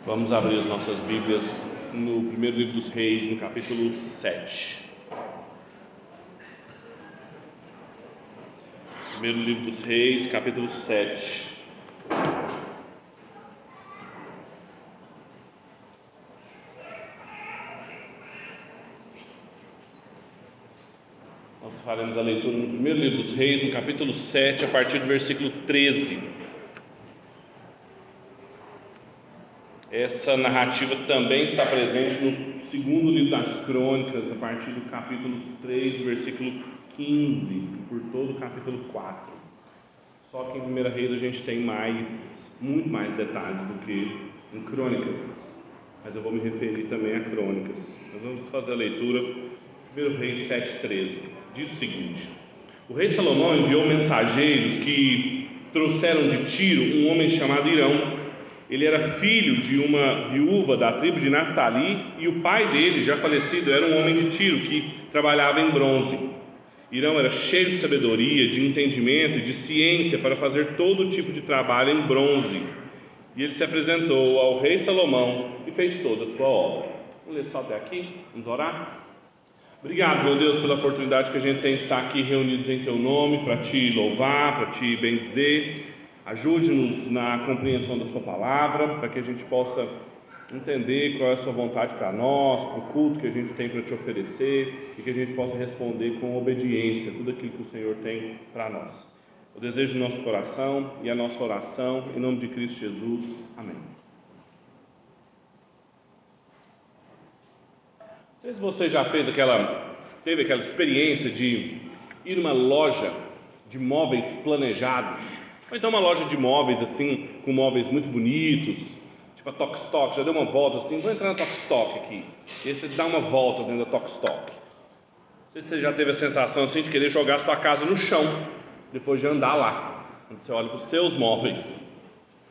Vamos abrir as nossas Bíblias no primeiro livro dos Reis, no capítulo 7. Primeiro livro dos Reis, capítulo 7. Nós faremos a leitura no primeiro livro dos Reis, no capítulo 7, a partir do versículo 13. Essa narrativa também está presente no segundo livro das Crônicas, a partir do capítulo 3, versículo 15, e por todo o capítulo 4. Só que em 1 Reis a gente tem muito mais detalhes do que em Crônicas, mas eu vou me referir também a Crônicas. Nós vamos fazer a leitura, 1 Reis 7,13. Diz o seguinte: o rei Salomão enviou mensageiros que trouxeram de Tiro um homem chamado Irão. Ele era filho de uma viúva da tribo de Naftali, e o pai dele, já falecido, era um homem de Tiro que trabalhava em bronze. Irão era cheio de sabedoria, de entendimento e de ciência para fazer todo tipo de trabalho em bronze. E ele se apresentou ao rei Salomão e fez toda a sua obra. Vamos ler só até aqui? Vamos orar? Obrigado, meu Deus, pela oportunidade que a gente tem de estar aqui reunidos em Teu nome, para Te louvar, para Te bendizer. Ajude-nos na compreensão da Sua palavra, para que a gente possa entender qual é a Sua vontade para nós, para o culto que a gente tem para Te oferecer, e que a gente possa responder com obediência tudo aquilo que o Senhor tem para nós. O desejo do nosso coração e a nossa oração, em nome de Cristo Jesus. Amém. Não sei se você já teve aquela experiência de ir numa loja de móveis planejados, ou então uma loja de móveis assim, com móveis muito bonitos, tipo a Tokstok. Já deu uma volta assim, vou entrar na Tokstok aqui, e aí você dá uma volta dentro da Tokstok. Não sei se você já teve a sensação assim de querer jogar sua casa no chão, depois de andar lá, quando você olha para os seus móveis.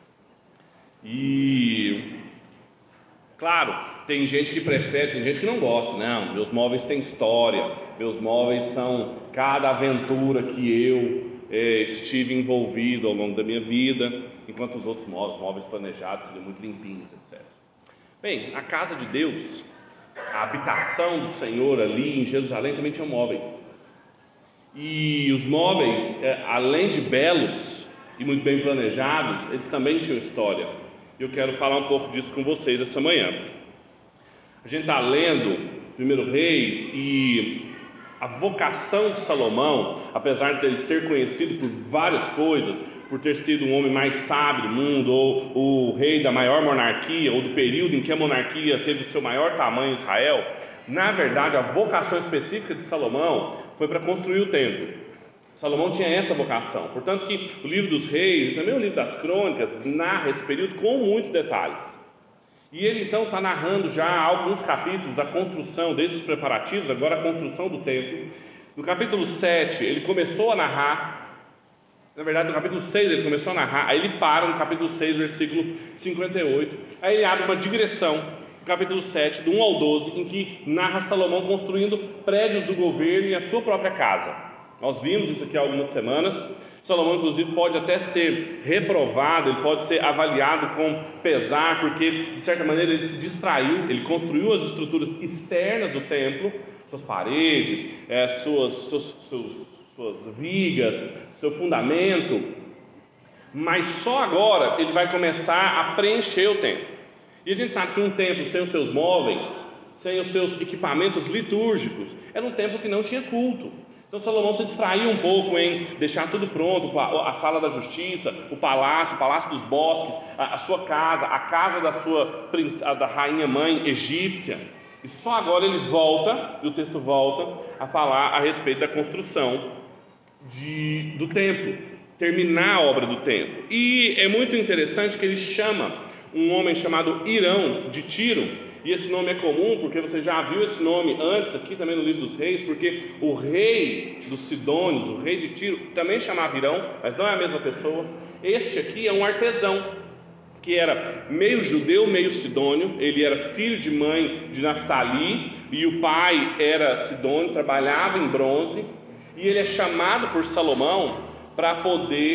E claro, tem gente que prefere, tem gente que não gosta. Não, meus móveis têm história, meus móveis são cada aventura que eu estive envolvido ao longo da minha vida, enquanto os outros móveis planejados seriam muito limpinhos, etc. Bem, a casa de Deus, a habitação do Senhor ali em Jerusalém também tinha móveis. E os móveis, além de belos e muito bem planejados, eles também tinham história. Eu quero falar um pouco disso com vocês essa manhã. A gente está lendo 1 Reis, e a vocação de Salomão, apesar de ele ser conhecido por várias coisas, por ter sido um homem mais sábio do mundo, ou o rei da maior monarquia, ou do período em que a monarquia teve o seu maior tamanho em Israel, na verdade a vocação específica de Salomão foi para construir o templo. Salomão tinha essa vocação, portanto que o livro dos Reis e também o livro das Crônicas narra esse período com muitos detalhes. E ele então está narrando já há alguns capítulos a construção desses preparativos, agora a construção do templo. No capítulo 7 ele começou a narrar, na verdade no capítulo 6 ele começou a narrar, aí ele para no capítulo 6, versículo 58, aí ele abre uma digressão no capítulo 7, do 1 ao 12, em que narra Salomão construindo prédios do governo e a sua própria casa. Nós vimos isso aqui há algumas semanas. Salomão, inclusive, pode até ser reprovado, ele pode ser avaliado com pesar, porque, de certa maneira, ele se distraiu, ele construiu as estruturas externas do templo, suas paredes, suas vigas, seu fundamento, mas só agora ele vai começar a preencher o templo. E a gente sabe que um templo sem os seus móveis, sem os seus equipamentos litúrgicos, era um templo que não tinha culto. Então Salomão se distraiu um pouco em deixar tudo pronto, a sala da justiça, o palácio dos bosques, a sua casa, a casa da rainha mãe egípcia. E só agora ele volta, e o texto volta a falar a respeito da construção do templo, terminar a obra do templo. E é muito interessante que ele chama um homem chamado Irão de Tiro. E esse nome é comum porque você já viu esse nome antes aqui também no livro dos Reis, porque o rei dos Sidônios, o rei de Tiro, também chamava Irão, mas não é a mesma pessoa. Este aqui é um artesão que era meio judeu, meio sidônio. Ele era filho de mãe de Naftali e o pai era sidônio, trabalhava em bronze, e ele é chamado por Salomão para poder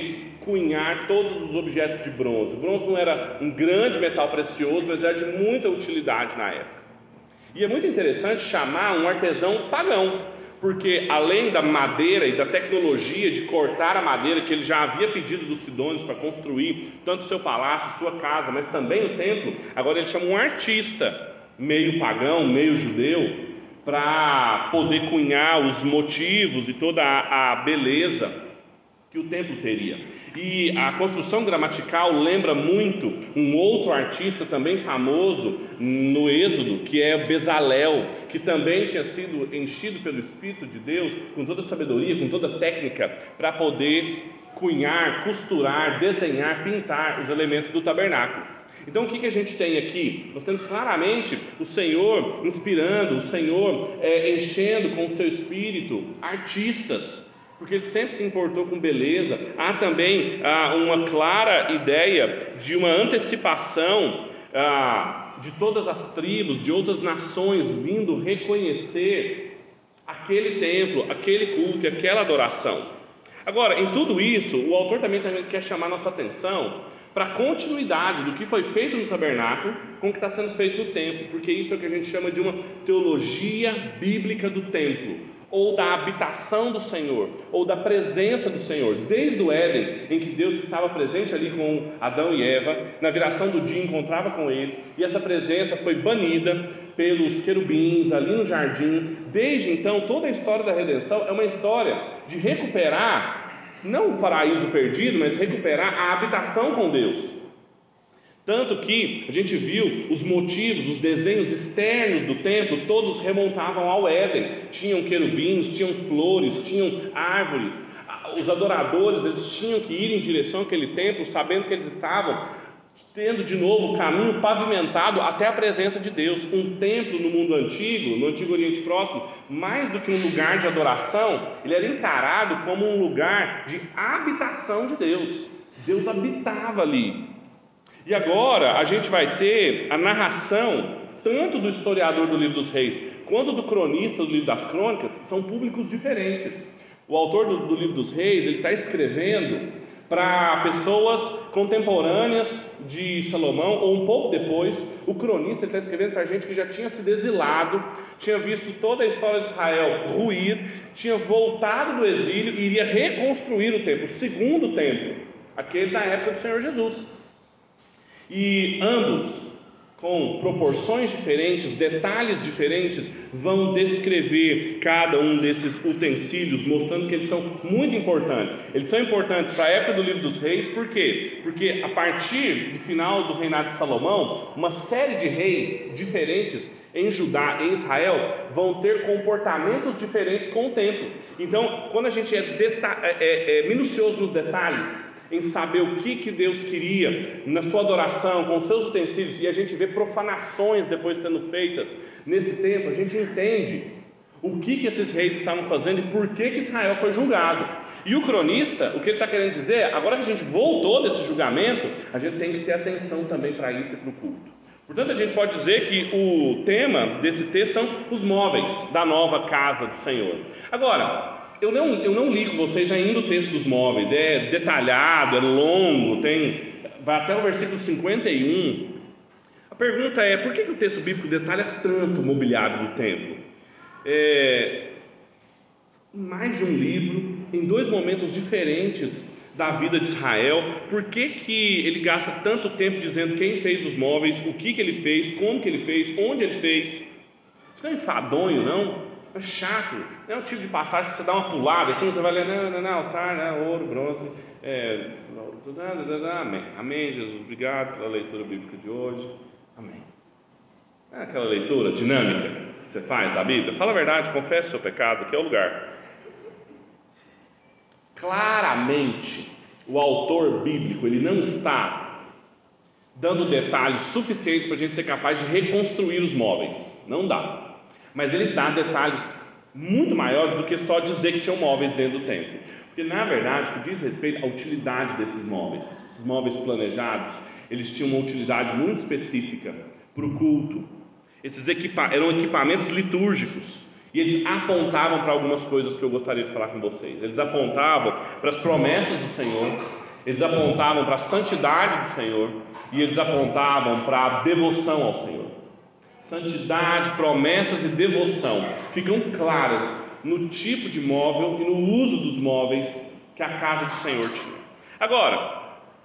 cunhar todos os objetos de bronze. O bronze não era um grande metal precioso, mas era de muita utilidade na época. E é muito interessante chamar um artesão pagão, porque além da madeira e da tecnologia de cortar a madeira que ele já havia pedido dos sidônios para construir tanto seu palácio, sua casa, mas também o templo, agora ele chama um artista, meio pagão, meio judeu, para poder cunhar os motivos e toda a beleza que o templo teria. E a construção gramatical lembra muito um outro artista também famoso no Êxodo, que é Bezalel, que também tinha sido enchido pelo Espírito de Deus com toda a sabedoria, com toda a técnica para poder cunhar, costurar, desenhar, pintar os elementos do tabernáculo. Então o que a gente tem aqui? Nós temos claramente o Senhor inspirando, o Senhor enchendo com o seu Espírito artistas, porque ele sempre se importou com beleza. Há também uma clara ideia de uma antecipação de todas as tribos, de outras nações vindo reconhecer aquele templo, aquele culto e aquela adoração. Agora, em tudo isso, o autor também quer chamar nossa atenção para a continuidade do que foi feito no tabernáculo com o que está sendo feito no templo, porque isso é o que a gente chama de uma teologia bíblica do templo, ou da habitação do Senhor, ou da presença do Senhor, desde o Éden, em que Deus estava presente ali com Adão e Eva, na viração do dia encontrava com eles, e essa presença foi banida pelos querubins ali no jardim. Desde então, toda a história da redenção é uma história de recuperar, não o paraíso perdido, mas recuperar a habitação com Deus. Tanto que a gente viu os motivos, os desenhos externos do templo, todos remontavam ao Éden. Tinham querubins, tinham flores, tinham árvores. Os adoradores, eles tinham que ir em direção àquele templo, sabendo que eles estavam tendo de novo o caminho pavimentado até a presença de Deus. Um templo no mundo antigo, no Antigo Oriente Próximo, mais do que um lugar de adoração, ele era encarado como um lugar de habitação de Deus. Deus habitava ali. E agora a gente vai ter a narração tanto do historiador do livro dos reis quanto do cronista do livro das crônicas, que são públicos diferentes. O autor do livro dos reis, ele está escrevendo para pessoas contemporâneas de Salomão ou um pouco depois. O cronista está escrevendo para gente que já tinha sido exilado, tinha visto toda a história de Israel ruir, tinha voltado do exílio e iria reconstruir o templo, o segundo templo, aquele da época do Senhor Jesus. E ambos, com proporções diferentes, detalhes diferentes, vão descrever cada um desses utensílios, mostrando que eles são muito importantes. Eles são importantes para a época do livro dos reis, por quê? Porque a partir do final do reinado de Salomão, uma série de reis diferentes em Judá, em Israel, vão ter comportamentos diferentes com o templo. Então, quando a gente é minucioso nos detalhes, em saber o que Deus queria na sua adoração, com seus utensílios, e a gente vê profanações depois sendo feitas nesse tempo, a gente entende o que esses reis estavam fazendo e por que Israel foi julgado. E o cronista, o que ele está querendo dizer, agora que a gente voltou desse julgamento, a gente tem que ter atenção também para isso e para o culto. Portanto, a gente pode dizer que o tema desse texto são os móveis da nova casa do Senhor. Agora, eu não li com vocês ainda o texto dos móveis, é detalhado, é longo, vai até o versículo 51. A pergunta é, por que o texto bíblico detalha tanto o mobiliário do templo? Em mais de um livro, em dois momentos diferentes da vida de Israel, por que ele gasta tanto tempo dizendo quem fez os móveis, o que ele fez, como que ele fez, onde ele fez? Isso não é enfadonho, não? É chato, não é o tipo de passagem que você dá uma pulada, assim você vai ler, não, altar, ouro, bronze, amém, amém, Jesus, obrigado pela leitura bíblica de hoje, amém. É aquela leitura dinâmica que você faz da Bíblia, fala a verdade, confessa o seu pecado, que é o lugar. Claramente, o autor bíblico, ele não está dando detalhes suficientes para a gente ser capaz de reconstruir os móveis, não dá. Mas ele dá detalhes muito maiores do que só dizer que tinham móveis dentro do templo. Porque, na verdade, o que diz respeito à utilidade desses móveis, esses móveis planejados, eles tinham uma utilidade muito específica para o culto. Esses eram equipamentos litúrgicos e eles apontavam para algumas coisas que eu gostaria de falar com vocês. Eles apontavam para as promessas do Senhor, Eles apontavam para a santidade do Senhor e eles apontavam para a devoção ao Senhor. Santidade, promessas e devoção ficam claras no tipo de móvel e no uso dos móveis que a casa do Senhor tinha. Agora,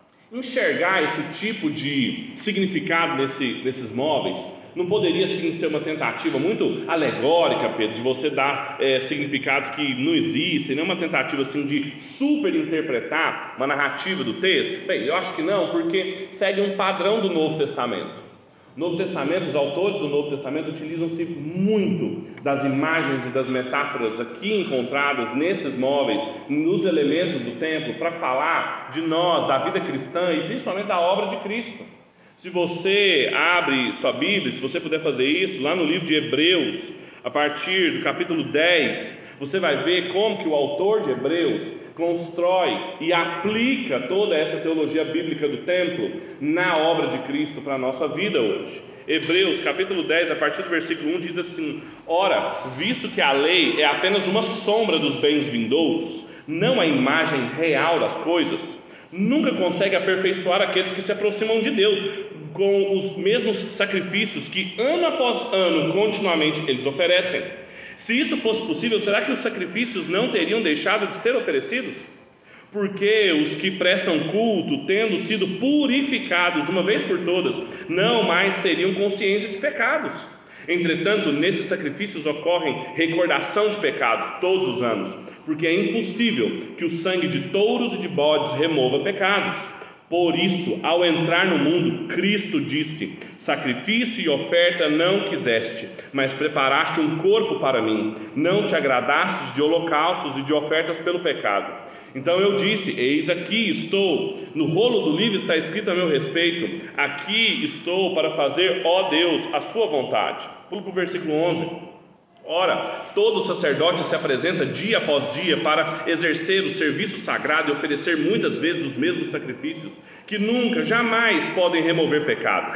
enxergar esse tipo de significado nesses móveis não poderia sim ser uma tentativa muito alegórica, Pedro, de você dar significados que não existem, não é uma tentativa assim de superinterpretar uma narrativa do texto? Bem, eu acho que não, porque segue um padrão do Novo Testamento. No Novo Testamento, os autores do Novo Testamento utilizam-se muito das imagens e das metáforas aqui encontradas nesses móveis, nos elementos do templo, para falar de nós, da vida cristã e principalmente da obra de Cristo. Se você abre sua Bíblia, se você puder fazer isso, lá no livro de Hebreus, a partir do capítulo 10, você vai ver como que o autor de Hebreus constrói e aplica toda essa teologia bíblica do templo na obra de Cristo para a nossa vida hoje. Hebreus capítulo 10, a partir do versículo 1, diz assim: ora, visto que a lei é apenas uma sombra dos bens vindouros, não a imagem real das coisas, nunca consegue aperfeiçoar aqueles que se aproximam de Deus com os mesmos sacrifícios que ano após ano continuamente eles oferecem. Se isso fosse possível, será que os sacrifícios não teriam deixado de ser oferecidos? Porque os que prestam culto, tendo sido purificados uma vez por todas, não mais teriam consciência de pecados. Entretanto, nesses sacrifícios ocorrem recordação de pecados todos os anos, porque é impossível que o sangue de touros e de bodes remova pecados. Por isso, ao entrar no mundo, Cristo disse: sacrifício e oferta não quiseste, mas preparaste um corpo para mim. Não te agradastes de holocaustos e de ofertas pelo pecado. Então eu disse: eis aqui estou. No rolo do livro está escrito a meu respeito: aqui estou para fazer, ó Deus, a sua vontade. Pulo para o versículo 11. Ora, todo sacerdote se apresenta dia após dia para exercer o serviço sagrado e oferecer muitas vezes os mesmos sacrifícios, que nunca, jamais podem remover pecados.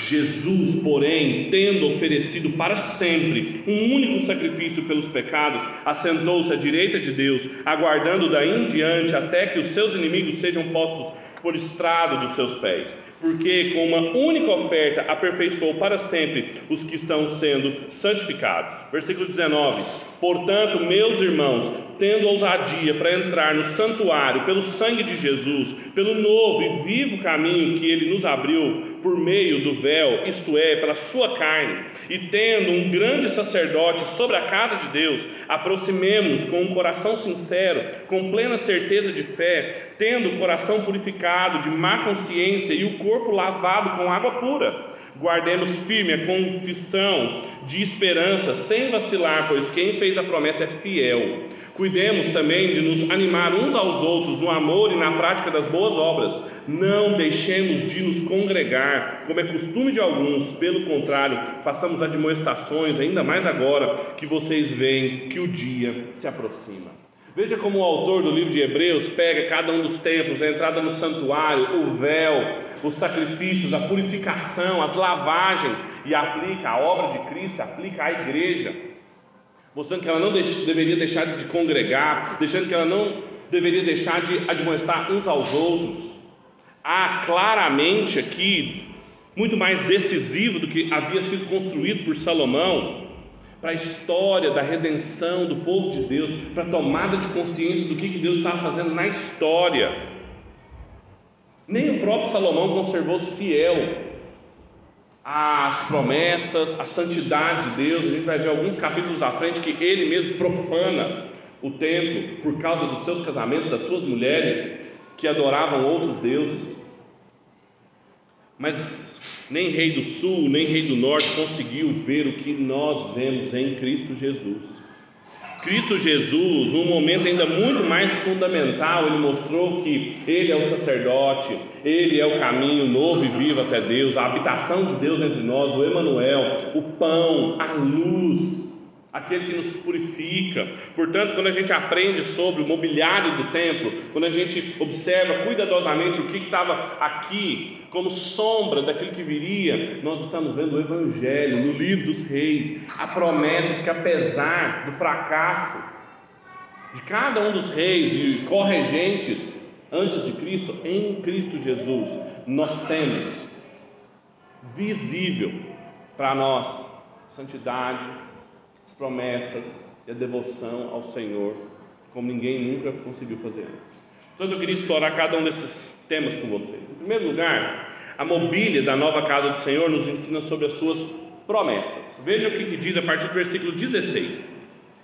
Jesus, porém, tendo oferecido para sempre um único sacrifício pelos pecados, assentou-se à direita de Deus, aguardando daí em diante até que os seus inimigos sejam postos por estrado dos seus pés, porque com uma única oferta aperfeiçoou para sempre os que estão sendo santificados. Versículo 19: portanto, meus irmãos, tendo ousadia para entrar no santuário pelo sangue de Jesus, pelo novo e vivo caminho que ele nos abriu por meio do véu, isto é, pela sua carne, e tendo um grande sacerdote sobre a casa de Deus, aproximemo-nos com um coração sincero, com plena certeza de fé, tendo o coração purificado de má consciência e o corpo lavado com água pura. Guardemos firme a confissão de esperança, sem vacilar, pois quem fez a promessa é fiel. Cuidemos também de nos animar uns aos outros no amor e na prática das boas obras. Não deixemos de nos congregar, como é costume de alguns. Pelo contrário, façamos admoestações, ainda mais agora que vocês veem que o dia se aproxima. Veja como o autor do livro de Hebreus pega cada um dos templos, a entrada no santuário, o véu, os sacrifícios, a purificação, as lavagens, e aplica a obra de Cristo, aplica à igreja, mostrando que ela não deveria deixar de congregar, deixando que ela não deveria deixar de admoestar uns aos outros. Há claramente aqui, muito mais decisivo do que havia sido construído por Salomão, para a história da redenção do povo de Deus, para a tomada de consciência do que Deus estava fazendo na história. Nem o próprio Salomão conservou-se fiel às promessas, à santidade de Deus. A gente vai ver alguns capítulos à frente que ele mesmo profana o templo por causa dos seus casamentos, das suas mulheres que adoravam outros deuses. Mas nem rei do sul, nem rei do norte conseguiu ver o que nós vemos em Cristo Jesus. Cristo Jesus, num momento ainda muito mais fundamental, ele mostrou que ele é o sacerdote, ele é o caminho novo e vivo até Deus, a habitação de Deus entre nós, o Emanuel, o pão, a luz, aquele que nos purifica. Portanto, quando a gente aprende sobre o mobiliário do templo, quando a gente observa cuidadosamente o que estava aqui como sombra daquilo que viria, nós estamos vendo o Evangelho no livro dos reis, a promessa de que apesar do fracasso de cada um dos reis e corregentes, Antes de Cristo, em Cristo Jesus, nós temos visível para nós santidade, as promessas e a devoção ao Senhor, como ninguém nunca conseguiu fazer antes. Então eu queria explorar cada um desses temas com vocês. Em primeiro lugar, a mobília da nova casa do Senhor nos ensina sobre as suas promessas. Veja o que diz a partir do versículo 16.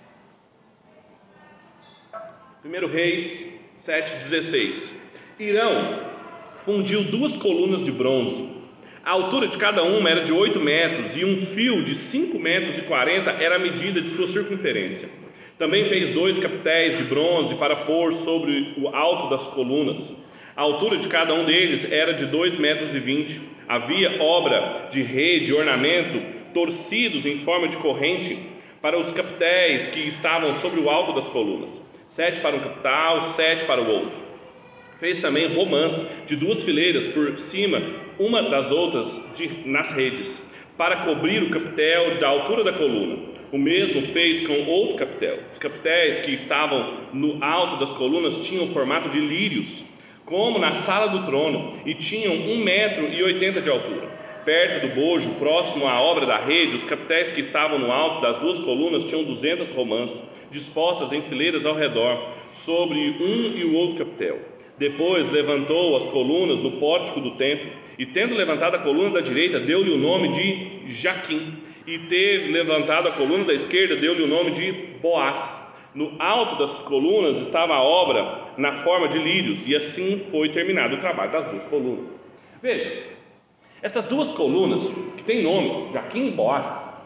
1 Reis 7,16. Hirão fundiu 2 colunas de bronze. A altura de cada uma era de 8 metros, e um fio de 5,40 metros era a medida de sua circunferência. Também fez 2 capitéis de bronze para pôr sobre o alto das colunas. A altura de cada um deles era de 2,20 metros. Havia obra de rede e ornamento torcidos em forma de corrente para os capitéis que estavam sobre o alto das colunas. 7 para um capital, 7 para o outro. Fez também romãs de 2 fileiras por cima uma das outras nas redes, para cobrir o capitel da altura da coluna. O mesmo fez com outro capitel. Os capitéis que estavam no alto das colunas tinham o formato de lírios, como na sala do trono, e tinham 1,80 metro de altura. Perto do bojo, próximo à obra da rede, os capitéis que estavam no alto das 2 colunas tinham 200 romãs, dispostas em fileiras ao redor, sobre um e o outro capitel. Depois levantou as colunas no pórtico do templo, e tendo levantado a coluna da direita, deu-lhe o nome de Jaquim, e tendo levantado a coluna da esquerda, deu-lhe o nome de Boaz. No alto das colunas estava a obra na forma de lírios, e assim foi terminado o trabalho das 2 colunas. Veja, essas 2 colunas, que têm nome, Jaquim e Boaz,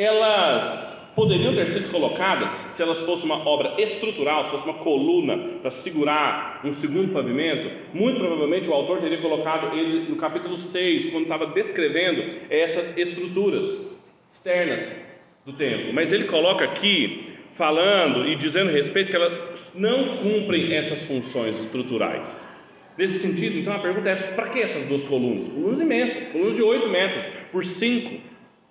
elas poderiam ter sido colocadas, se elas fossem uma obra estrutural, se fosse uma coluna para segurar um segundo pavimento, muito provavelmente o autor teria colocado ele no capítulo 6, quando estava descrevendo essas estruturas externas do templo. Mas ele coloca aqui, falando e dizendo a respeito que elas não cumprem essas funções estruturais. Nesse sentido, então a pergunta é: para que essas 2 colunas? Colunas imensas, colunas de 8 metros por 5,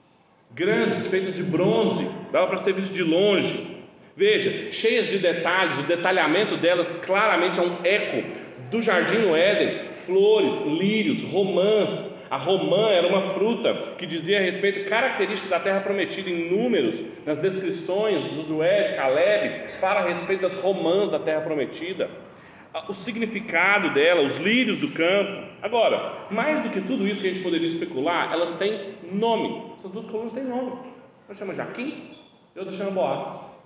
grandes, feitas de bronze, dava para ser visto de longe. Veja, cheias de detalhes, o detalhamento delas claramente é um eco do jardim no Éden, flores, lírios, romãs. A romã era uma fruta que dizia a respeito características da terra prometida. Em Números, nas descrições de Josué, de Caleb, fala a respeito das romãs da terra prometida, o significado dela, os lírios do campo. Agora, mais do que tudo isso que a gente poderia especular, elas têm nome. Essas 2 colunas têm nome. Uma chama Jaquim e outra chama Boaz.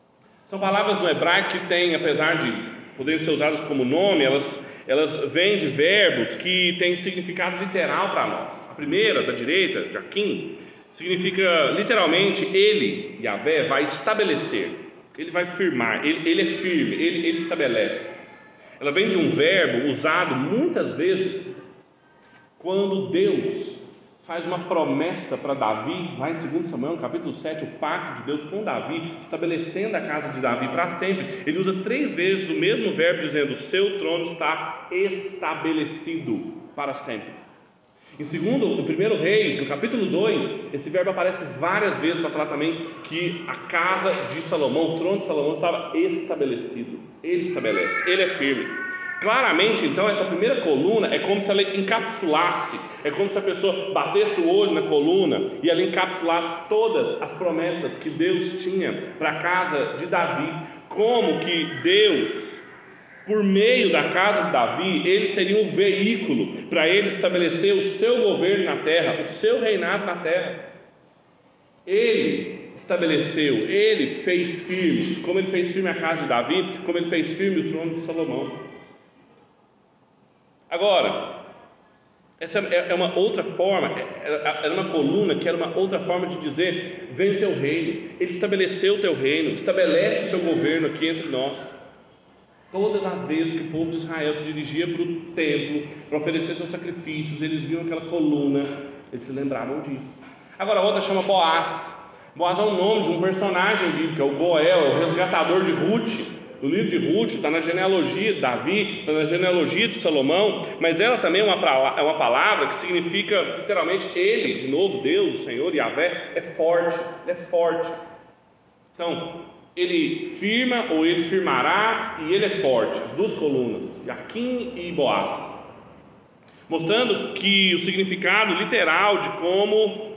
São palavras no hebraico que têm, apesar de poderem ser usadas como nome, elas vêm de verbos que têm significado literal para nós. A primeira, da direita, Jaquim, significa literalmente ele, Yahvé, vai estabelecer, ele vai firmar, ele é firme, ele estabelece. Ela vem de um verbo usado muitas vezes quando Deus faz uma promessa para Davi, lá em 2 Samuel, no capítulo 7, o pacto de Deus com Davi, estabelecendo a casa de Davi para sempre. Ele usa 3 vezes o mesmo verbo, dizendo: o seu trono está estabelecido para sempre. No 1 Reis, no capítulo 2, esse verbo aparece várias vezes para falar também que a casa de Salomão, o trono de Salomão, estava estabelecido. Ele estabelece, ele é firme. Claramente, então, essa primeira coluna é como se ela encapsulasse, é como se a pessoa batesse o olho na coluna e ela encapsulasse todas as promessas que Deus tinha para a casa de Davi. Como que Deus, por meio da casa de Davi, ele seria um veículo para ele estabelecer o seu governo na terra, o seu reinado na terra. Ele estabeleceu, ele fez firme, como ele fez firme a casa de Davi, como ele fez firme o trono de Salomão. Agora, essa é uma outra forma, era uma coluna que era uma outra forma de dizer: vem o teu reino. Ele estabeleceu o teu reino, estabelece o seu governo aqui entre nós. Todas as vezes que o povo de Israel se dirigia para o templo para oferecer seus sacrifícios, eles viam aquela coluna, eles se lembravam disso. Agora a outra chama Boaz. Boaz é o nome de um personagem bíblico, é o Goel, é o resgatador de Ruth. No livro de Ruth, está na genealogia de Davi, está na genealogia de Salomão, mas ela também é uma palavra que significa literalmente ele, de novo, Deus, o Senhor, Yahvé, é forte, é forte. Então, ele firma ou ele firmará, e ele é forte, as duas colunas, Jaquim e Boaz, mostrando que o significado literal de como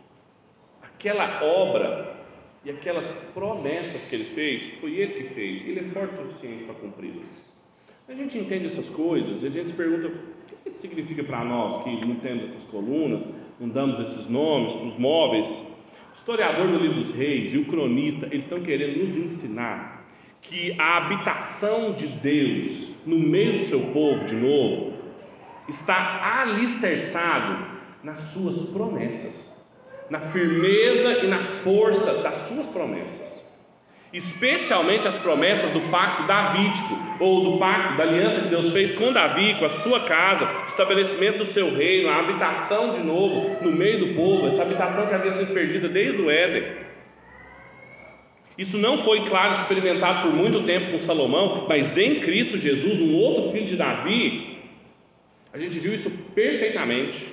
aquela obra e aquelas promessas que ele fez, foi ele que fez, ele é forte o suficiente para cumpri-las. A gente entende essas coisas e a gente se pergunta: o que isso significa para nós que não temos essas colunas, não damos esses nomes para os móveis? O historiador do livro dos Reis e o cronista, eles estão querendo nos ensinar que a habitação de Deus no meio do seu povo, de novo, está alicerçado nas suas promessas, na firmeza e na força das suas promessas, especialmente as promessas do pacto davídico, ou do pacto da aliança que Deus fez com Davi, com a sua casa, o estabelecimento do seu reino, a habitação de novo no meio do povo, essa habitação que havia sido perdida desde o Éden. Isso não foi, claro, experimentado por muito tempo com Salomão, mas em Cristo Jesus, um outro filho de Davi, a gente viu isso perfeitamente.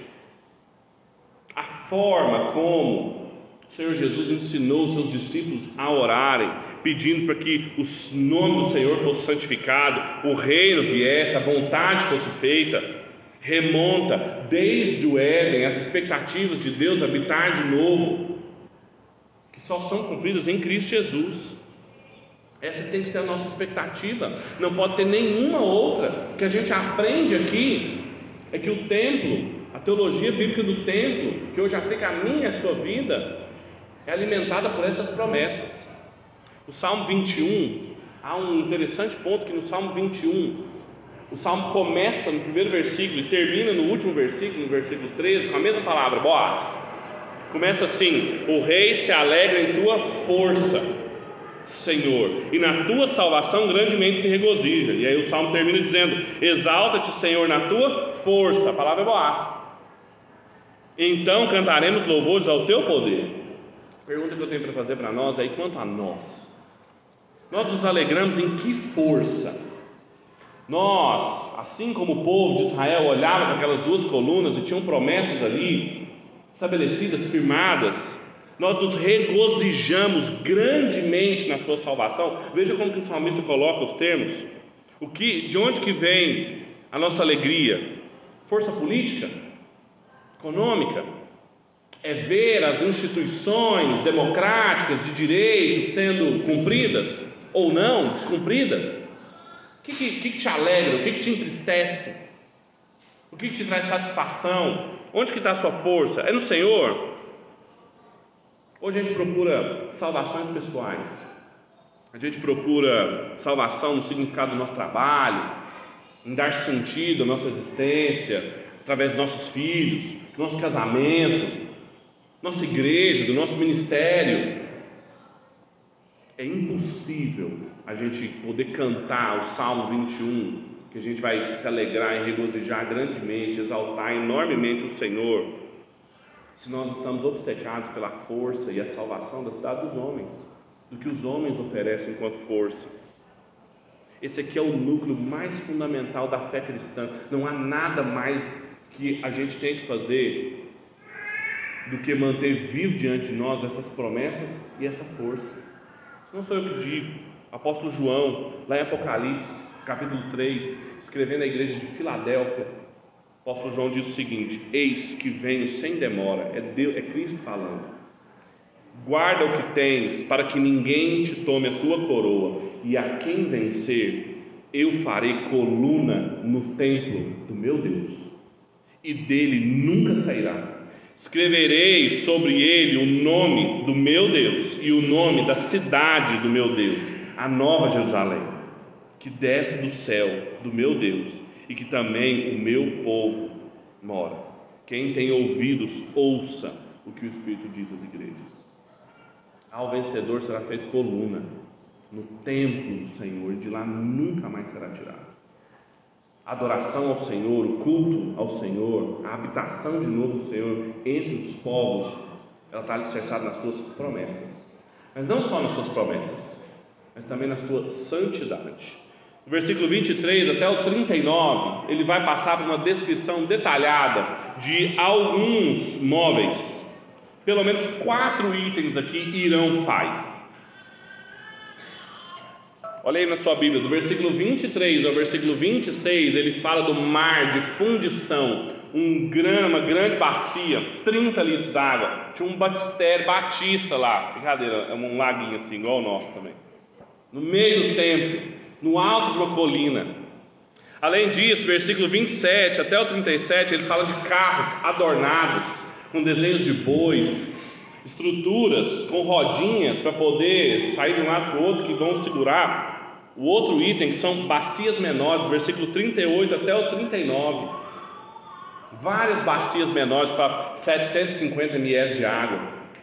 A forma como o Senhor Jesus ensinou os seus discípulos a orarem, pedindo para que o nome do Senhor fosse santificado, o reino viesse, a vontade fosse feita, remonta desde o Éden as expectativas de Deus habitar de novo, que só são cumpridas em Cristo Jesus. Essa tem que ser a nossa expectativa, não pode ter nenhuma outra. O que a gente aprende aqui é que o templo, a teologia bíblica do templo, que hoje aplica a minha e a sua vida, é alimentada por essas promessas. O Salmo 21, há um interessante ponto que no Salmo 21, o Salmo começa no primeiro versículo e termina no último versículo, no versículo 13, com a mesma palavra, Boaz. Começa assim: o rei se alegra em tua força, Senhor, e na tua salvação grandemente se regozija. E aí o Salmo termina dizendo: exalta-te, Senhor, na tua força. A palavra é Boaz. Então cantaremos louvores ao teu poder. A pergunta que eu tenho para fazer para nós é: e quanto a nós? Nós nos alegramos em que força? Nós, assim como o povo de Israel olhava para aquelas duas colunas e tinham promessas ali, estabelecidas, firmadas, nós nos regozijamos grandemente na sua salvação. Veja como que o salmista coloca os termos. De onde que vem a nossa alegria? Força política? Econômica? É ver as instituições democráticas de direito sendo cumpridas ou não, descumpridas? O que te alegra? O que te entristece? O que te traz satisfação? Onde que está a sua força? É no Senhor? Hoje a gente procura salvações pessoais, a gente procura salvação no significado do nosso trabalho, em dar sentido à nossa existência, através dos nossos filhos, do nosso casamento, nossa igreja, do nosso ministério. É impossível a gente poder cantar o Salmo 21, que a gente vai se alegrar e regozijar grandemente, exaltar enormemente o Senhor, se nós estamos obcecados pela força e a salvação da cidade dos homens, do que os homens oferecem enquanto força. Esse aqui é o núcleo mais fundamental da fé cristã. Não há nada mais que a gente tem que fazer do que manter vivo diante de nós essas promessas e essa força. Isso não sou eu que digo. O apóstolo João, lá em Apocalipse, capítulo 3, escrevendo à igreja de Filadélfia, o apóstolo João diz o seguinte: eis que venho sem demora. É Cristo falando. Guarda o que tens, para que ninguém te tome a tua coroa, e a quem vencer, eu farei coluna no templo do meu Deus, e dele nunca sairá. Escreverei sobre ele o nome do meu Deus e o nome da cidade do meu Deus, a nova Jerusalém, que desce do céu do meu Deus, e que também o meu povo mora. Quem tem ouvidos, ouça o que o Espírito diz às igrejas. Ao vencedor será feito coluna no templo do Senhor, e de lá nunca mais será tirado. A adoração ao Senhor, o culto ao Senhor, a habitação de novo do Senhor entre os povos, ela está alicerçada nas suas promessas, mas não só nas suas promessas, mas também na sua santidade. Do versículo 23 até o 39, ele vai passar por uma descrição detalhada de alguns móveis. Pelo menos 4 itens aqui: Irão faz. Olha aí na sua Bíblia, do versículo 23 ao versículo 26, ele fala do mar de fundição, uma grande bacia, 30 litros d'água. Tinha um batistério batista lá, brincadeira, é um laguinho assim, igual o nosso também, no meio do templo, no alto de uma colina. Além disso, versículo 27 até o 37, ele fala de carros adornados com desenhos de bois, estruturas com rodinhas para poder sair de um lado para o outro, que vão segurar o outro item, que são bacias menores, versículo 38 até o 39. Várias bacias menores para 750 ml de água.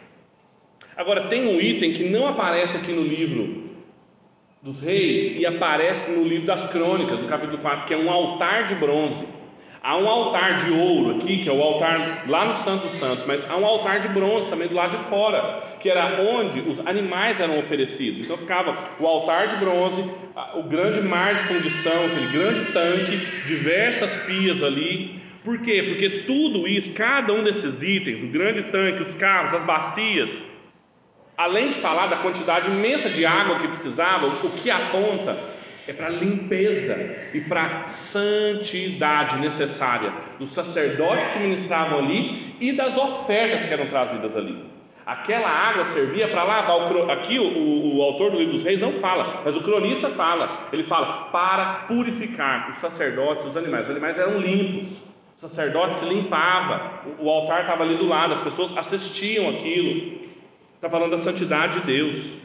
Agora, tem um item que não aparece aqui no livro dos Reis e aparece no livro das Crônicas, no capítulo 4, que é um altar de bronze. Há um altar de ouro aqui, que é o altar lá no Santo dos Santos, mas há um altar de bronze também do lado de fora, que era onde os animais eram oferecidos. Então ficava o altar de bronze, o grande mar de fundição, aquele grande tanque, diversas pias ali. Por quê? Porque tudo isso, cada um desses itens, o grande tanque, os carros, as bacias, além de falar da quantidade imensa de água que precisava, o que aponta é para a limpeza e para a santidade necessária dos sacerdotes que ministravam ali e das ofertas que eram trazidas ali. Aquela água servia para lavar. Aqui o autor do livro dos Reis não fala, mas o cronista fala. Ele fala para purificar os sacerdotes, os animais. Os animais eram limpos, o sacerdote se limpava, o altar estava ali do lado, as pessoas assistiam aquilo. Está falando da santidade de Deus.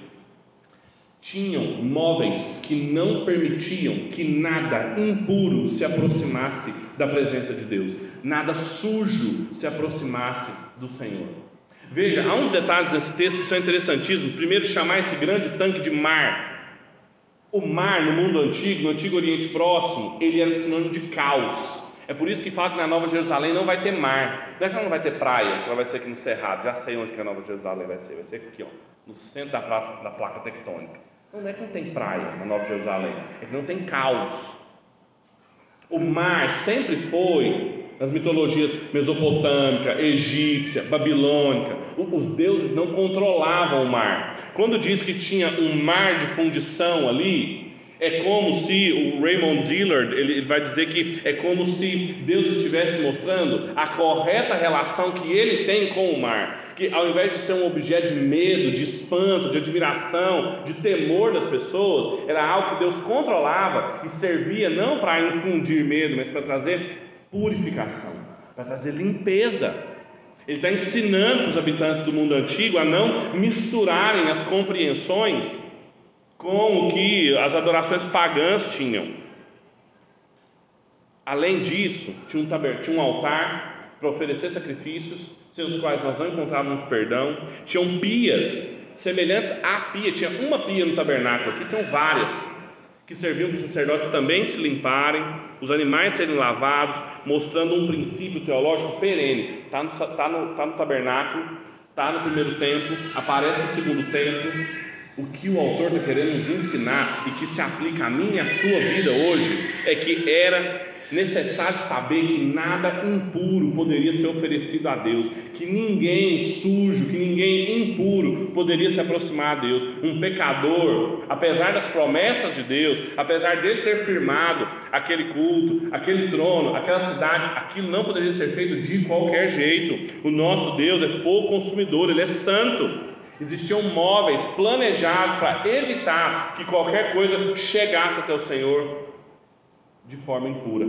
Tinham móveis que não permitiam que nada impuro se aproximasse da presença de Deus, nada sujo se aproximasse do Senhor. Veja, há uns detalhes nesse texto que são interessantíssimos. Primeiro, chamar esse grande tanque de mar. O mar no mundo antigo, no Antigo Oriente Próximo, ele era sinônimo de caos. É por isso que fala que na Nova Jerusalém não vai ter mar. Não é que ela não vai ter praia, que ela vai ser aqui no Cerrado. Já sei onde que a Nova Jerusalém vai ser aqui, ó, no centro da placa tectônica. Não é que não tem praia na Nova Jerusalém, é que não tem caos. O mar sempre foi, nas mitologias mesopotâmica, egípcia, babilônica, os deuses não controlavam o mar. Quando diz que tinha um mar de fundição ali, é como se, o Raymond Dillard, ele vai dizer que é como se Deus estivesse mostrando a correta relação que ele tem com o mar, que ao invés de ser um objeto de medo, de espanto, de admiração, de temor das pessoas, era algo que Deus controlava e servia não para infundir medo, mas para trazer purificação, para trazer limpeza. Ele está ensinando os habitantes do mundo antigo a não misturarem as compreensões com o que as adorações pagãs tinham. Além disso, tinha um altar para oferecer sacrifícios, sem os quais nós não encontrávamos perdão. Tinham pias semelhantes à pia. Tinha uma pia no tabernáculo, aqui tinham várias, que serviam para os sacerdotes também se limparem, os animais serem lavados, mostrando um princípio teológico perene. Está no tabernáculo, está no primeiro templo, aparece no segundo templo. O que o autor está querendo nos ensinar e que se aplica a mim e a sua vida hoje é que era necessário saber que nada impuro poderia ser oferecido a Deus, que ninguém sujo, que ninguém impuro poderia se aproximar a Deus. Um pecador, apesar das promessas de Deus, apesar dele ter firmado aquele culto, aquele trono, aquela cidade, aquilo não poderia ser feito de qualquer jeito. O nosso Deus é fogo consumidor, Ele é santo. Existiam móveis planejados para evitar que qualquer coisa chegasse até o Senhor de forma impura.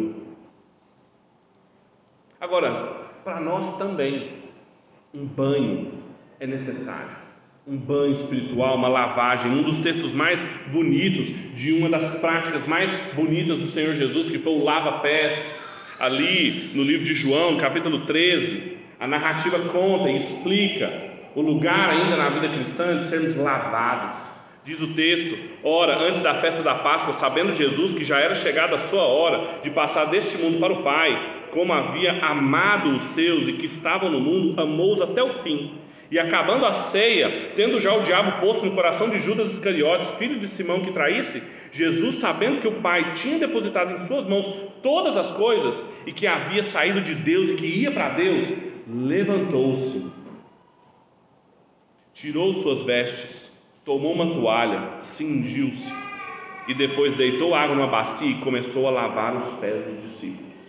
Agora, para nós também, um banho é necessário. Um banho espiritual, uma lavagem. Um dos textos mais bonitos, de uma das práticas mais bonitas do Senhor Jesus, que foi o lava-pés, ali no livro de João, no capítulo 13, a narrativa conta e explica o lugar ainda na vida cristã de sermos lavados. Diz o texto: ora, antes da festa da Páscoa, sabendo Jesus que já era chegada a sua hora de passar deste mundo para o Pai, como havia amado os seus e que estavam no mundo, amou-os até o fim. E acabando a ceia, tendo já o diabo posto no coração de Judas Iscariotes, filho de Simão, que traísse, Jesus, sabendo que o Pai tinha depositado em suas mãos todas as coisas e que havia saído de Deus e que ia para Deus, levantou-se, tirou suas vestes, tomou uma toalha, cingiu-se e depois deitou água numa bacia e começou a lavar os pés dos discípulos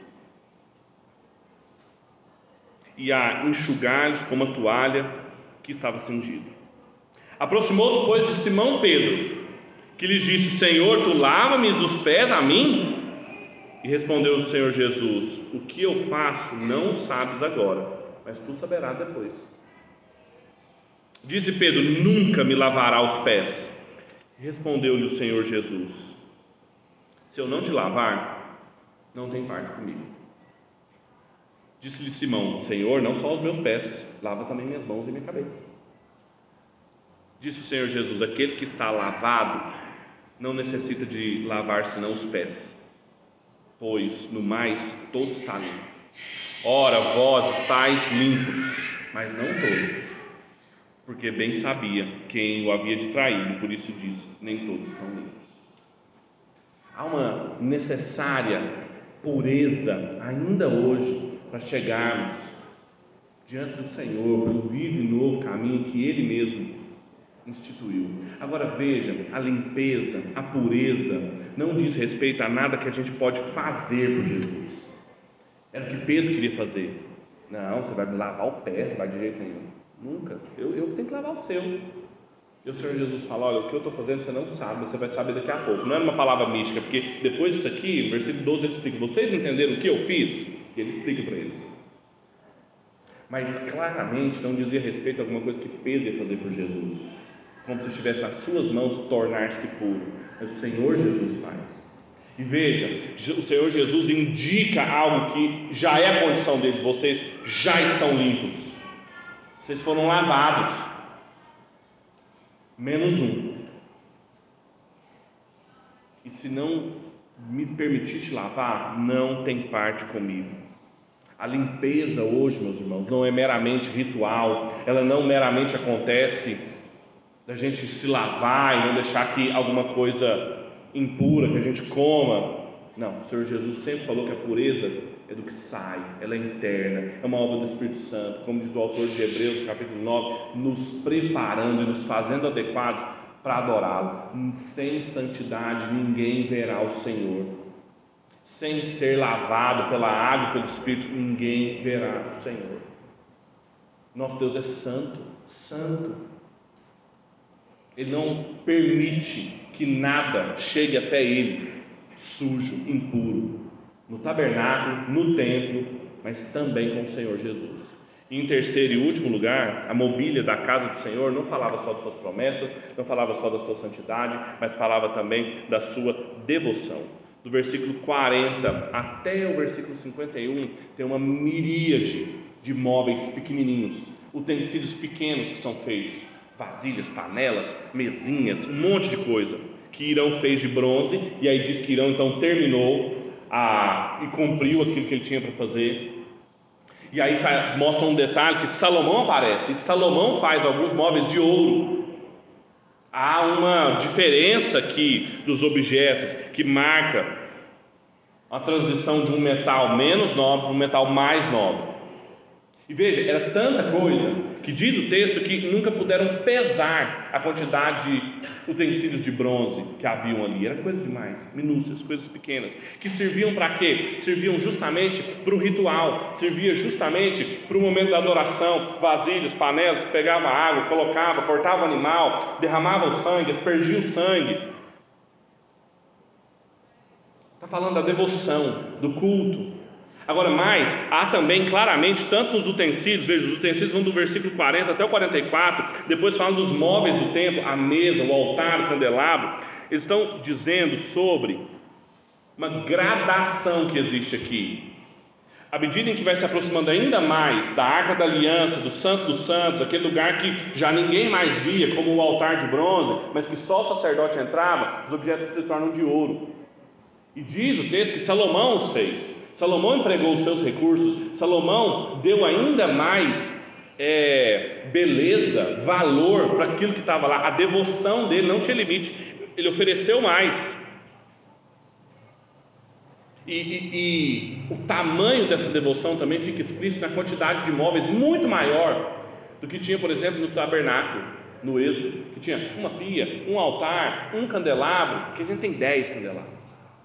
e a enxugar-lhes com uma toalha que estava cingida. Aproximou-se, pois, de Simão Pedro, que lhes disse: Senhor, tu lava-me os pés a mim? E respondeu o Senhor Jesus: o que eu faço não sabes agora, mas tu saberás depois. Disse Pedro: nunca me lavará os pés. Respondeu-lhe o Senhor Jesus: se eu não te lavar, não tem parte comigo. Disse-lhe Simão: Senhor, não só os meus pés, lava também minhas mãos e minha cabeça. Disse o Senhor Jesus: aquele que está lavado não necessita de lavar senão os pés, pois no mais todo está limpo. Ora, vós estáis limpos, mas não todos, porque bem sabia quem o havia de trair, e por isso disse: nem todos estão limpos. Há uma necessária pureza ainda hoje para chegarmos diante do Senhor pelo vivo e novo caminho que Ele mesmo instituiu. Agora veja, a limpeza, a pureza não diz respeito a nada que a gente pode fazer por Jesus. Era o que Pedro queria fazer. Não, você vai me lavar o pé, não vai de jeito nenhum. Nunca. Eu tenho que lavar o seu. E o Senhor Jesus fala: olha, o que eu estou fazendo você não sabe, você vai saber daqui a pouco. Não era uma palavra mística, porque depois disso aqui, no versículo 12 ele explica: vocês entenderam o que eu fiz? E ele explica para eles. Mas claramente não dizia respeito a alguma coisa que Pedro ia fazer por Jesus, como se estivesse nas suas mãos tornar-se puro. Mas o Senhor Jesus faz. E veja, o Senhor Jesus indica algo que já é a condição deles: vocês já estão limpos, vocês foram lavados, menos um. E se não me permitir te lavar, não tem parte comigo. A limpeza hoje, meus irmãos, não é meramente ritual, ela não meramente acontece da gente se lavar e não deixar que alguma coisa impura que a gente coma. Não, o Senhor Jesus sempre falou que a pureza é do que sai, ela é interna, é uma obra do Espírito Santo, como diz o autor de Hebreus, capítulo 9, nos preparando e nos fazendo adequados para adorá-lo. Sem santidade ninguém verá o Senhor. Sem ser lavado pela água e pelo Espírito, ninguém verá o Senhor. Nosso Deus é santo, santo. Ele não permite que nada chegue até Ele sujo, impuro, no tabernáculo, no templo, mas também com o Senhor Jesus. E em terceiro e último lugar, a mobília da casa do Senhor não falava só de suas promessas, não falava só da sua santidade, mas falava também da sua devoção. Do versículo 40 até o versículo 51 tem uma miríade de móveis pequenininhos, utensílios pequenos que são feitos, vasilhas, panelas, mesinhas, um monte de coisa que Irão fez de bronze. E aí diz que Irão então terminou e cumpriu aquilo que ele tinha para fazer. E aí mostra um detalhe que Salomão aparece, e Salomão faz alguns móveis de ouro. Há uma diferença aqui dos objetos que marca a transição de um metal menos nobre para um metal mais nobre. E veja, era tanta coisa que diz o texto que nunca puderam pesar a quantidade de utensílios de bronze que haviam ali. Era coisa demais, minúcias, coisas pequenas, que serviam para quê? Serviam justamente para o ritual, servia justamente para o momento da adoração. Vasilhas, panelas, que pegava água, colocava, cortava o animal, derramava o sangue, aspergia o sangue. Está falando da devoção, do culto. Agora, há também claramente, tanto nos utensílios, veja, os utensílios vão do versículo 40 até o 44, depois falam dos móveis do templo, a mesa, o altar, o candelabro. Eles estão dizendo sobre uma gradação que existe aqui. À medida em que vai se aproximando ainda mais da Arca da Aliança, do Santo dos Santos, aquele lugar que já ninguém mais via, como o altar de bronze, mas que só o sacerdote entrava, os objetos se tornam de ouro. E diz o texto que Salomão os fez. Salomão empregou os seus recursos, Salomão deu ainda mais beleza, valor para aquilo que estava lá. A devoção dele não tinha limite, ele ofereceu mais. E o tamanho dessa devoção também fica explícito na quantidade de móveis muito maior do que tinha, por exemplo, no tabernáculo. no Êxodo, que tinha uma pia, um altar, um candelabro, que a gente tem 10 candelabros.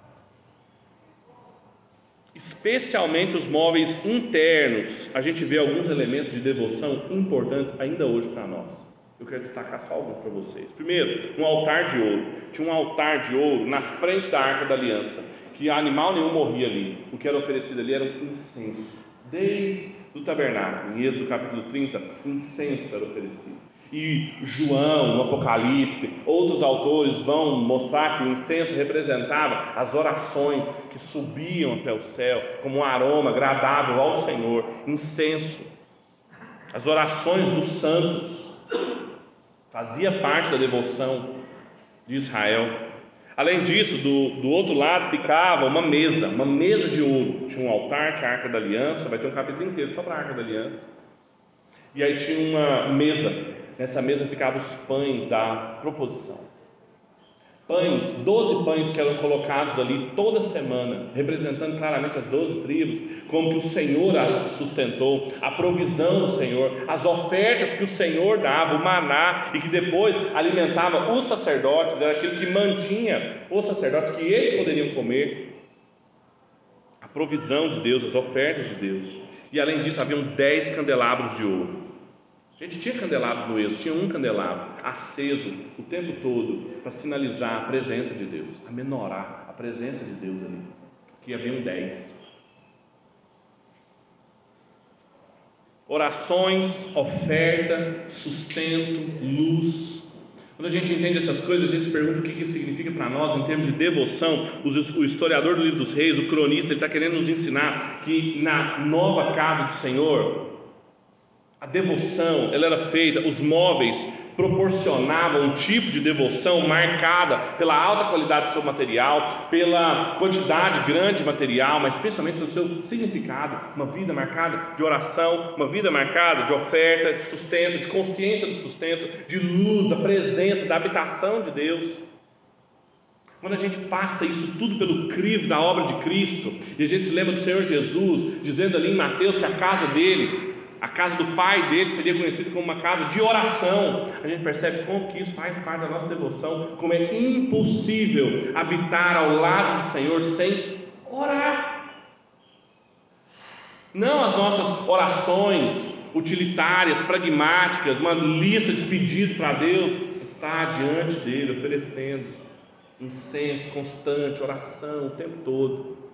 Especialmente os móveis internos, a gente vê alguns elementos de devoção importantes ainda hoje para nós. Eu quero destacar só alguns para vocês. Primeiro, um altar de ouro. Tinha um altar de ouro na frente da Arca da Aliança, que animal nenhum morria ali. O que era oferecido ali era um incenso. Desde o tabernáculo, em Êxodo capítulo 30, incenso era oferecido. E João, no Apocalipse, outros autores vão mostrar que o incenso representava as orações que subiam até o céu, como um aroma agradável ao Senhor. Incenso, as orações dos santos, fazia parte da devoção de Israel. Além disso, do outro lado ficava uma mesa de ouro. Tinha um altar, tinha a Arca da Aliança, vai ter um capítulo inteiro só para a Arca da Aliança. E aí tinha uma mesa, nessa mesa ficavam os pães da proposição. Pães, 12 pães que eram colocados ali toda semana, representando claramente as 12 tribos, como que o Senhor as sustentou, a provisão do Senhor, as ofertas que o Senhor dava, o maná, e que depois alimentava os sacerdotes, era aquilo que mantinha os sacerdotes, que eles poderiam comer, a provisão de Deus, as ofertas de Deus. E além disso haviam 10 candelabros de ouro. A gente tinha candelabros no Êxodo, tinha um candelabro aceso o tempo todo para sinalizar a presença de Deus, a menorar a presença de Deus ali. Aqui haviam 10. Orações, oferta, sustento, luz. Quando a gente entende essas coisas, a gente se pergunta o que isso significa para nós em termos de devoção. O historiador do livro dos Reis, o cronista, ele está querendo nos ensinar que na nova casa do Senhor, a devoção, ela era feita, os móveis proporcionavam um tipo de devoção marcada pela alta qualidade do seu material, pela quantidade grande de material, mas principalmente pelo seu significado, uma vida marcada de oração, uma vida marcada de oferta, de sustento, de consciência do sustento, de luz, da presença, da habitação de Deus. Quando a gente passa isso tudo pelo crivo da obra de Cristo, e a gente se lembra do Senhor Jesus, dizendo ali em Mateus que a casa dele, a casa do Pai dele, seria conhecida como uma casa de oração, a gente percebe como que isso faz parte da nossa devoção, como é impossível habitar ao lado do Senhor sem orar. Não as nossas orações utilitárias, pragmáticas, uma lista de pedidos para Deus, está diante dele, oferecendo incenso constante, oração o tempo todo.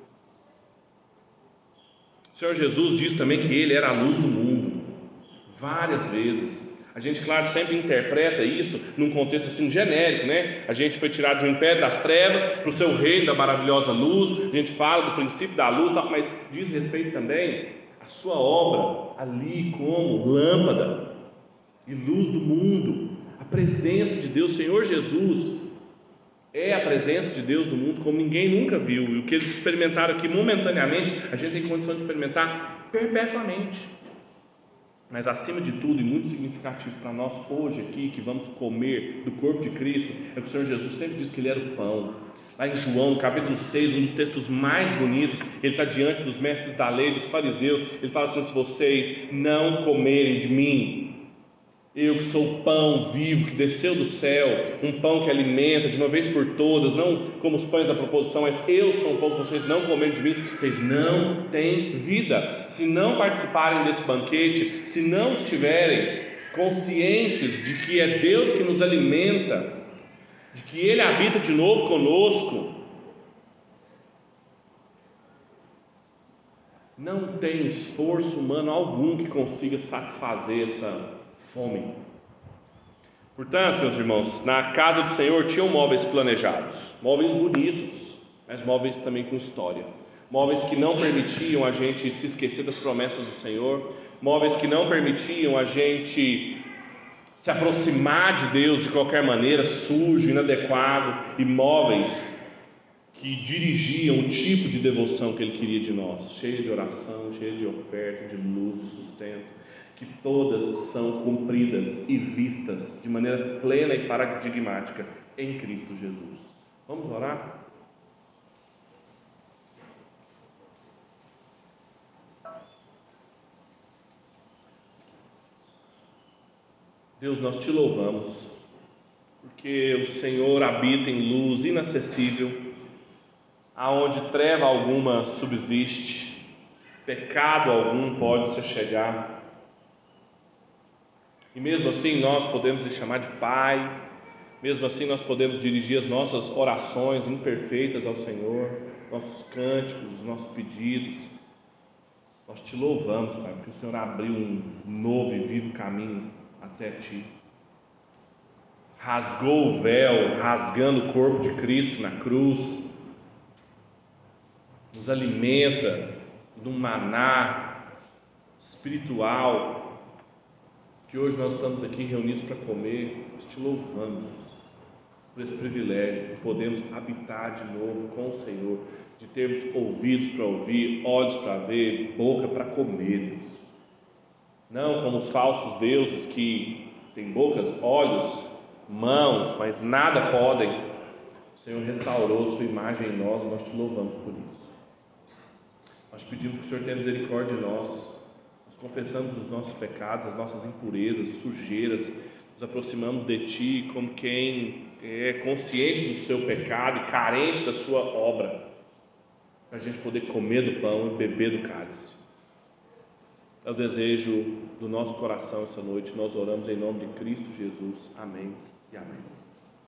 O Senhor Jesus diz também que Ele era a luz do mundo, várias vezes. A gente, claro, sempre interpreta isso num contexto assim genérico, né? A gente foi tirado de um império das trevas para o seu reino da maravilhosa luz. A gente fala do princípio da luz, mas diz respeito também à sua obra ali como lâmpada e luz do mundo. A presença de Deus, Senhor Jesus, é a presença de Deus no mundo como ninguém nunca viu, e o que eles experimentaram aqui momentaneamente, a gente tem condição de experimentar perpetuamente. Mas acima de tudo, e muito significativo para nós hoje aqui, que vamos comer do corpo de Cristo, é que o Senhor Jesus sempre disse que Ele era o pão. Lá em João, no capítulo 6, um dos textos mais bonitos, Ele está diante dos mestres da lei, dos fariseus, Ele fala assim: se vocês não comerem de mim, eu que sou o pão vivo que desceu do céu, um pão que alimenta de uma vez por todas, não como os pães da proposição, mas eu sou um pão que vocês não comerem de mim, vocês não têm vida. Se não participarem desse banquete, se não estiverem conscientes de que é Deus que nos alimenta, de que Ele habita de novo conosco, não tem esforço humano algum que consiga satisfazer essa fome. Portanto, meus irmãos, na casa do Senhor tinham móveis planejados, móveis bonitos, mas móveis também com história, móveis que não permitiam a gente se esquecer das promessas do Senhor, móveis que não permitiam a gente se aproximar de Deus de qualquer maneira, sujo, inadequado, e móveis que dirigiam o tipo de devoção que Ele queria de nós, cheia de oração, cheia de oferta, de luz, de sustento, que todas são cumpridas e vistas de maneira plena e paradigmática em Cristo Jesus. Vamos orar? Deus, nós te louvamos, porque o Senhor habita em luz inacessível, aonde treva alguma subsiste, pecado algum pode se chegar. E mesmo assim nós podemos lhe chamar de Pai, mesmo assim nós podemos dirigir as nossas orações imperfeitas ao Senhor, nossos cânticos, os nossos pedidos. Nós te louvamos, Pai, porque o Senhor abriu um novo e vivo caminho até Ti. Rasgou o véu, rasgando o corpo de Cristo na cruz, nos alimenta de um maná espiritual, que hoje nós estamos aqui reunidos para comer. Nós te louvamos, Deus, por esse privilégio de podermos habitar de novo com o Senhor, de termos ouvidos para ouvir, olhos para ver, boca para comer, Deus. Não como os falsos deuses que têm bocas, olhos, mãos, mas nada podem. O Senhor restaurou sua imagem em nós e nós te louvamos por isso. Nós pedimos que o Senhor tenha misericórdia de nós. Nós confessamos os nossos pecados, as nossas impurezas, sujeiras, nos aproximamos de Ti como quem é consciente do seu pecado e carente da sua obra, para a gente poder comer do pão e beber do cálice. É o desejo do nosso coração essa noite. Nós oramos em nome de Cristo Jesus. Amém e amém.